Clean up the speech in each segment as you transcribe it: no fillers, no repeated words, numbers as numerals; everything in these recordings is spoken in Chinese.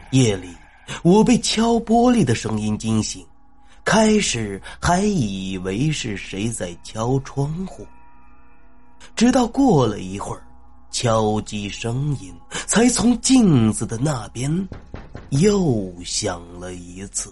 夜里，我被敲玻璃的声音惊醒，开始还以为是谁在敲窗户，直到过了一会儿，敲击声音才从镜子的那边又响了一次。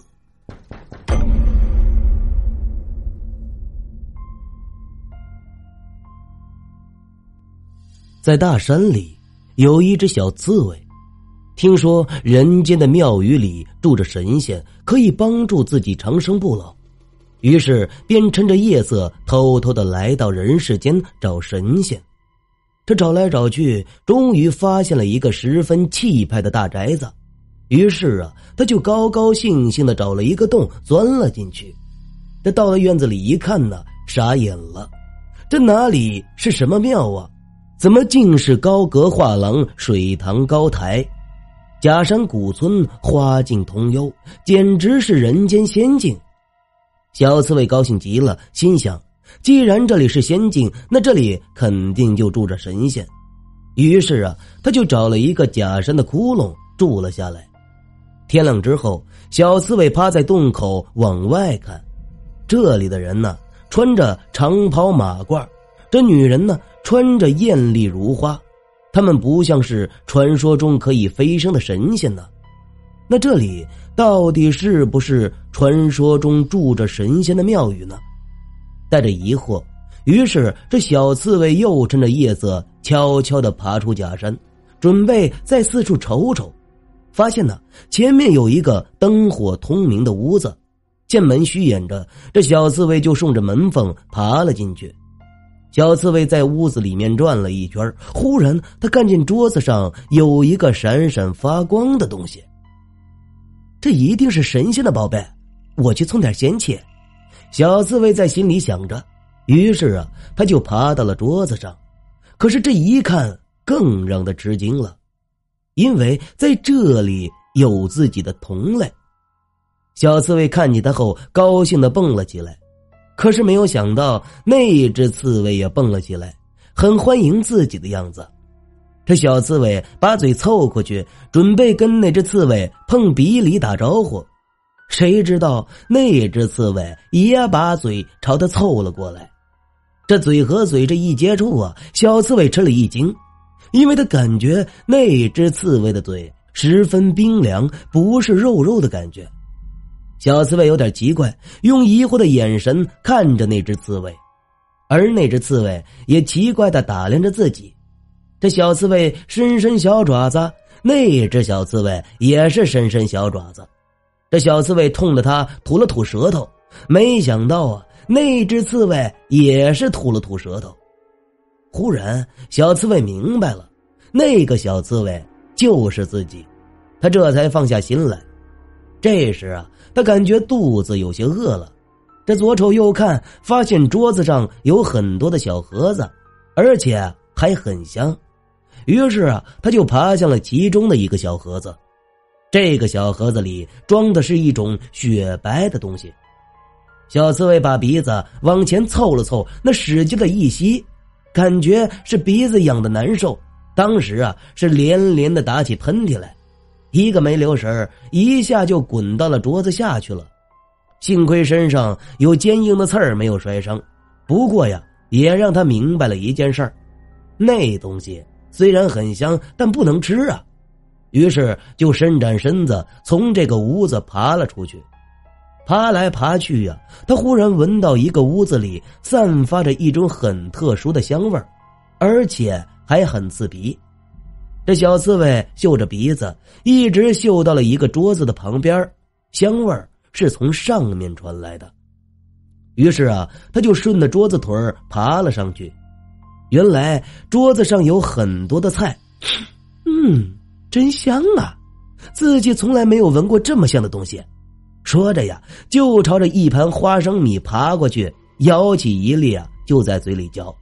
在大山里有一只小刺猬，听说人间的庙宇里住着神仙，可以帮助自己长生不老，于是便趁着夜色偷偷地来到人世间找神仙。这找来找去，终于发现了一个十分气派的大宅子，于是他就高高兴兴地找了一个洞钻了进去。这到了院子里一看呢，傻眼了，这哪里是什么庙啊，怎么竟是高阁画廊、水塘高台，假山古村，花径通幽，简直是人间仙境。小刺猬高兴极了，心想既然这里是仙境，那这里肯定就住着神仙。于是他就找了一个假山的窟窿住了下来。天亮之后，小刺猬趴在洞口往外看，这里的人呢，穿着长袍马褂，这女人呢，穿着艳丽如花，他们不像是传说中可以飞升的神仙呢。那这里到底是不是传说中住着神仙的庙宇呢？带着疑惑，于是这小刺猬又趁着夜色悄悄地爬出假山，准备再四处瞅瞅。发现呢，前面有一个灯火通明的屋子，见门虚掩着，这小刺猬就顺着门缝爬了进去。小刺猬在屋子里面转了一圈，忽然他看见桌子上有一个闪闪发光的东西，这一定是神仙的宝贝，我去送点仙气。小刺猬在心里想着，于是他就爬到了桌子上。可是这一看更让他吃惊了，因为在这里有自己的同类。小刺猬看见他后高兴地蹦了起来，可是没有想到那只刺猬也蹦了起来，很欢迎自己的样子。这小刺猬把嘴凑过去，准备跟那只刺猬碰鼻里打招呼，谁知道那只刺猬也把嘴朝他凑了过来。这嘴和嘴这一接触小刺猬吃了一惊，因为他感觉那只刺猬的嘴十分冰凉，不是肉肉的感觉。小刺猬有点奇怪，用疑惑的眼神看着那只刺猬，而那只刺猬也奇怪地打量着自己。这小刺猬伸伸小爪子，那只小刺猬也是伸伸小爪子。这小刺猬冲着他吐了吐舌头，没想到那只刺猬也是吐了吐舌头。忽然小刺猬明白了，那个小刺猬就是自己，他这才放下心来。这时他感觉肚子有些饿了，这左瞅右看，发现桌子上有很多的小盒子，而且还很香。于是他就爬向了其中的一个小盒子。这个小盒子里装的是一种雪白的东西。小刺猬把鼻子往前凑了凑，那使劲的一吸，感觉是鼻子痒的难受，当时是连连的打起喷嚏来，一个没留神一下就滚到了桌子下去了。幸亏身上有坚硬的刺儿没有摔伤，不过也让他明白了一件事儿，那东西虽然很香，但不能吃啊。于是就伸展身子从这个屋子爬了出去。爬来爬去他忽然闻到一个屋子里散发着一种很特殊的香味儿，而且还很刺鼻。这小刺猬嗅着鼻子，一直嗅到了一个桌子的旁边，香味儿是从上面传来的。于是他就顺着桌子腿爬了上去。原来桌子上有很多的菜，真香啊，自己从来没有闻过这么香的东西。说着就朝着一盘花生米爬过去，舀起一粒就在嘴里嚼。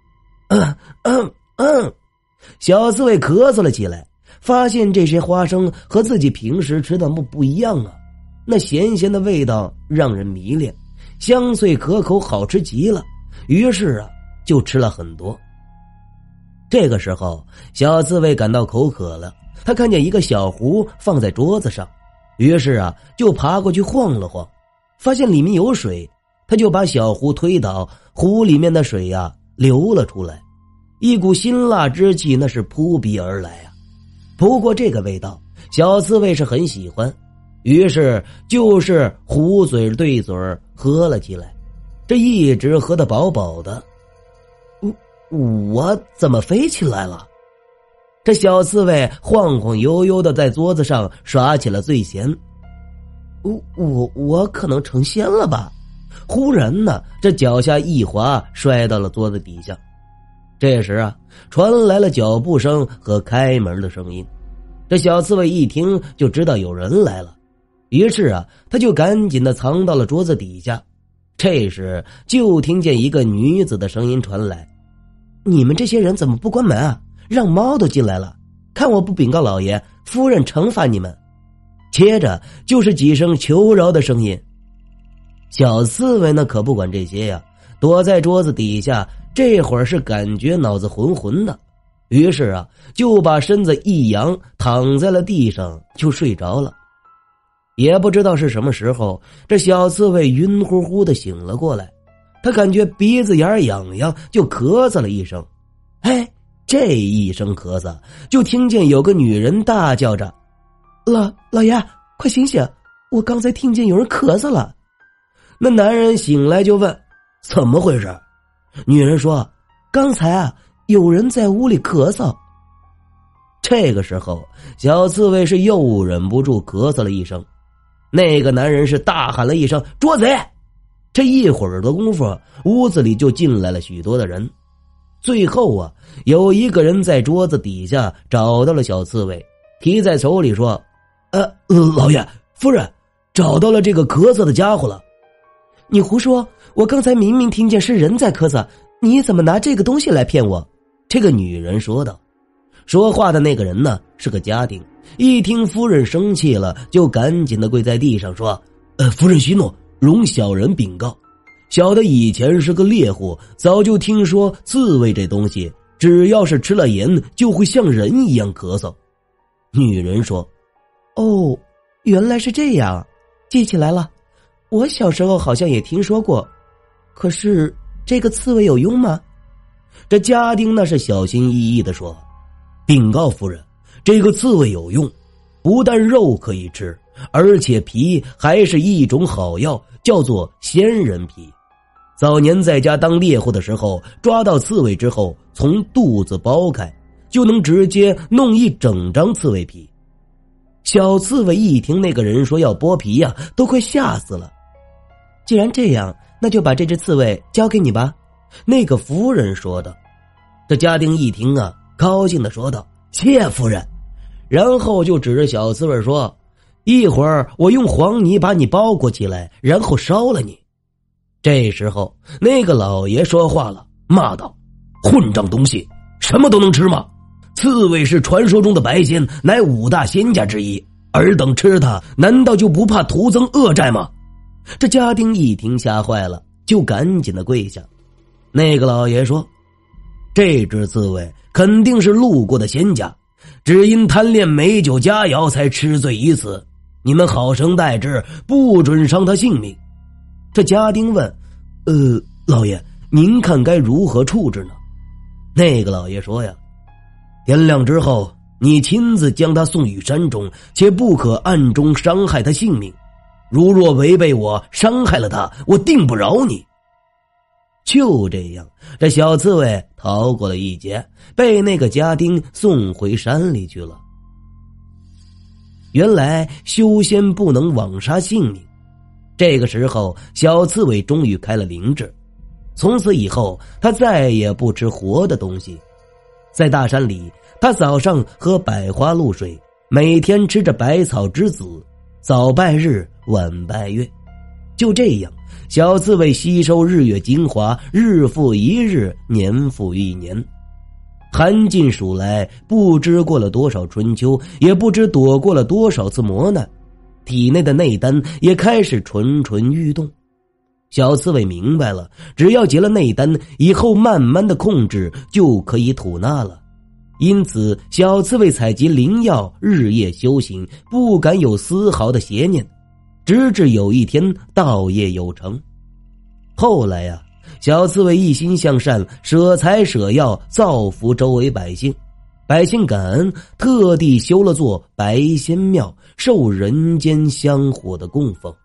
小刺猬咳嗽了起来，发现这些花生和自己平时吃的不一样啊，那咸咸的味道让人迷恋，香脆可口，好吃极了。于是就吃了很多。这个时候小刺猬感到口渴了， 他看见一个小壶放在桌子上，于是就爬过去晃了晃，发现里面有水，他就把小壶推倒，壶里面的水流了出来，一股辛辣之气那是扑鼻而来不过这个味道小刺猬是很喜欢，于是就是壶嘴对嘴喝了起来，这一直喝得饱饱的。我怎么飞起来了？这小刺猬晃晃悠悠的在桌子上耍起了醉仙。我可能成仙了吧？忽然这脚下一滑，摔到了桌子底下。这时传来了脚步声和开门的声音。这小刺猬一听就知道有人来了，于是他就赶紧的藏到了桌子底下。这时就听见一个女子的声音传来：你们这些人怎么不关门让猫都进来了，看我不禀告老爷，夫人惩罚你们。接着就是几声求饶的声音。小刺猬可不管这些躲在桌子底下，这会儿是感觉脑子浑浑的，于是就把身子一扬，躺在了地上就睡着了。也不知道是什么时候，这小刺猬晕乎乎的醒了过来，他感觉鼻子眼痒痒，就咳嗽了一声。这一声咳嗽，就听见有个女人大叫着：老爷，快醒醒，我刚才听见有人咳嗽了。那男人醒来就问：怎么回事？女人说：刚才有人在屋里咳嗽。这个时候小刺猬是又忍不住咳嗽了一声，那个男人是大喊了一声：捉贼！这一会儿的功夫，屋子里就进来了许多的人。最后有一个人在桌子底下找到了小刺猬，提在手里说：老爷，夫人找到了这个咳嗽的家伙了。你胡说，我刚才明明听见是人在咳嗽，你怎么拿这个东西来骗我？这个女人说道。说话的那个人是个家丁，一听夫人生气了，就赶紧的跪在地上说：夫人息怒，容小人禀告。小的以前是个猎户，早就听说刺猬这东西只要是吃了盐就会像人一样咳嗽。女人说：原来是这样，记起来了，我小时候好像也听说过，可是这个刺猬有用吗？这家丁是小心翼翼地说：禀告夫人，这个刺猬有用，不但肉可以吃，而且皮还是一种好药，叫做仙人皮。早年在家当猎户的时候，抓到刺猬之后，从肚子剥开，就能直接弄一整张刺猬皮。小刺猬一听那个人说要剥皮都快吓死了。既然这样，那就把这只刺猬交给你吧。那个夫人说的。这家丁一听高兴地说道：谢夫人。然后就指着小刺猬说：一会儿我用黄泥把你包裹起来，然后烧了你。这时候那个老爷说话了，骂道：混账东西，什么都能吃吗？刺猬是传说中的白仙，乃5大仙家之一，尔等吃它难道就不怕徒增恶债吗？这家丁一听吓坏了，就赶紧的跪下。那个老爷说：这只刺猬肯定是路过的仙家，只因贪恋美酒佳肴才吃醉于此，你们好生待之，不准伤他性命。这家丁问：老爷，您看该如何处置呢？那个老爷说天亮之后，你亲自将他送于山中，且不可暗中伤害他性命，如若违背我，伤害了他，我定不饶你。就这样，这小刺猬逃过了一劫，被那个家丁送回山里去了。原来修仙不能枉杀性命。这个时候，小刺猬终于开了灵智，从此以后他再也不吃活的东西。在大山里，他早上喝百花露水，每天吃着百草之子，早拜日，晚拜月。就这样，小刺猬吸收日月精华，日复一日，年复一年。寒尽数来，不知过了多少春秋，也不知躲过了多少次磨难，体内的内丹也开始蠢蠢欲动。小刺猬明白了，只要结了内丹，以后慢慢的控制就可以吐纳了。 因此小刺猬采集灵药，日夜修行，不敢有丝毫的邪念，直至有一天道业有成。后来呀，小刺猬一心向善，舍财舍药，造福周围百姓。百姓感恩，特地修了座白仙庙，受人间香火的供奉。